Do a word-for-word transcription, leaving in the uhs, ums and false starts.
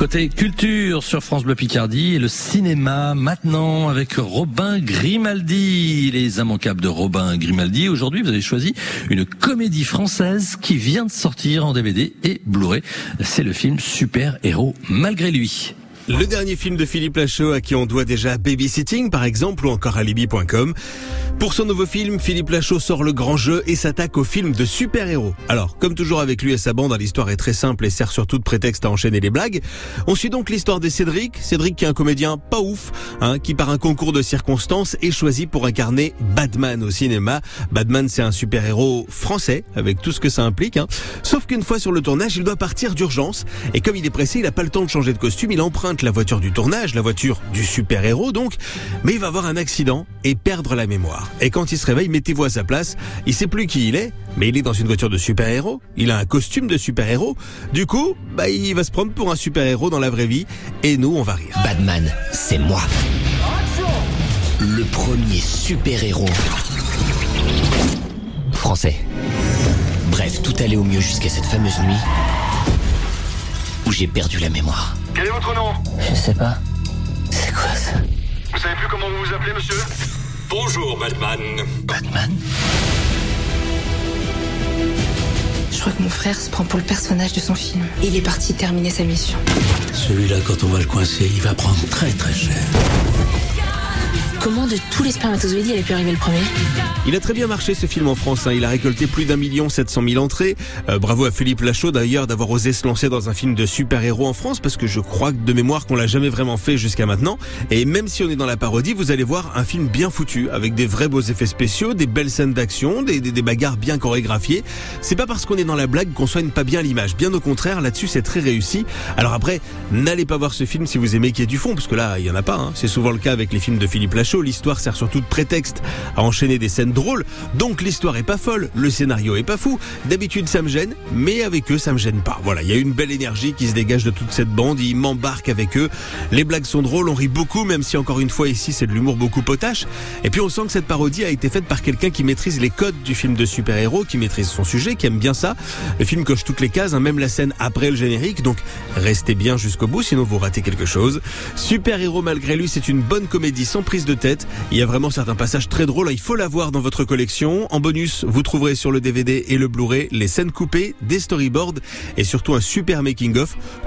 Côté culture sur France Bleu Picardie et le cinéma maintenant avec Robin Grimaldi, les immanquables de Robin Grimaldi. Aujourd'hui, vous avez choisi une comédie française qui vient de sortir en D V D et Blu-ray. C'est le film Super Héros malgré lui. Le dernier film de Philippe Lachaud à qui on doit déjà Babysitting par exemple ou encore Alibi point com. Pour son nouveau film, Philippe Lachaud sort le grand jeu et s'attaque au film de super-héros. Alors, comme toujours avec lui et sa bande, l'histoire est très simple et sert surtout de prétexte à enchaîner les blagues. On suit donc l'histoire de Cédric. Cédric qui est un comédien pas ouf, hein, qui par un concours de circonstances est choisi pour incarner Batman au cinéma. Batman, c'est un super-héros français avec tout ce que ça implique. Hein. Sauf qu'une fois sur le tournage, il doit partir d'urgence. Et comme il est pressé, il n'a pas le temps de changer de costume. Il emprunte la voiture du tournage, la voiture du super-héros donc. Mais il va avoir un accident et perdre la mémoire. Et quand il se réveille, mettez-vous à sa place, il sait plus qui il est, mais il est dans une voiture de super-héros, il a un costume de super-héros, du coup, bah il va se prendre pour un super-héros dans la vraie vie, et nous on va rire. Batman, c'est moi. Le premier super-héros français. Bref, tout allait au mieux jusqu'à cette fameuse nuit où j'ai perdu la mémoire. Quel est votre nom? Je sais pas. C'est quoi ça? Vous savez plus comment vous vous appelez, monsieur? Bonjour, Batman. Batman? Je crois que mon frère se prend pour le personnage de son film. Il est parti terminer sa mission. Celui-là, quand on va le coincer, il va prendre très très cher. Comment de tous les spermatozoïdes il a pu arriver le premier? Il a très bien marché ce film en France, hein. Il a récolté plus d'un million sept cent mille entrées. Euh, bravo à Philippe Lachaud d'ailleurs d'avoir osé se lancer dans un film de super-héros en France, parce que je crois de mémoire qu'on l'a jamais vraiment fait jusqu'à maintenant. Et même si on est dans la parodie, vous allez voir un film bien foutu, avec des vrais beaux effets spéciaux, des belles scènes d'action, des, des, des bagarres bien chorégraphiées. C'est pas parce qu'on est dans la blague qu'on soigne pas bien l'image. Bien au contraire, là-dessus c'est très réussi. Alors après, n'allez pas voir ce film si vous aimez qu'il y ait du fond, parce que là, il y en a pas, hein. C'est souvent le cas avec les films de Philippe Lachaud. L'histoire sert surtout de prétexte à enchaîner des scènes drôles, donc l'histoire est pas folle, le scénario est pas fou. D'habitude ça me gêne, mais avec eux ça me gêne pas. Voilà, il y a une belle énergie qui se dégage de toute cette bande, ils m'embarquent avec eux. Les blagues sont drôles, on rit beaucoup, même si encore une fois ici c'est de l'humour beaucoup potache. Et puis on sent que cette parodie a été faite par quelqu'un qui maîtrise les codes du film de super-héros, qui maîtrise son sujet, qui aime bien ça. Le film coche toutes les cases, hein, même la scène après le générique, donc restez bien jusqu'au bout, sinon vous ratez quelque chose. Super-héros malgré lui, c'est une bonne comédie sans prise de tête. Il y a vraiment certains passages très drôles, il faut l'avoir dans votre collection. En bonus, vous trouverez sur le D V D et le Blu-ray les scènes coupées, des storyboards et surtout un super making-of.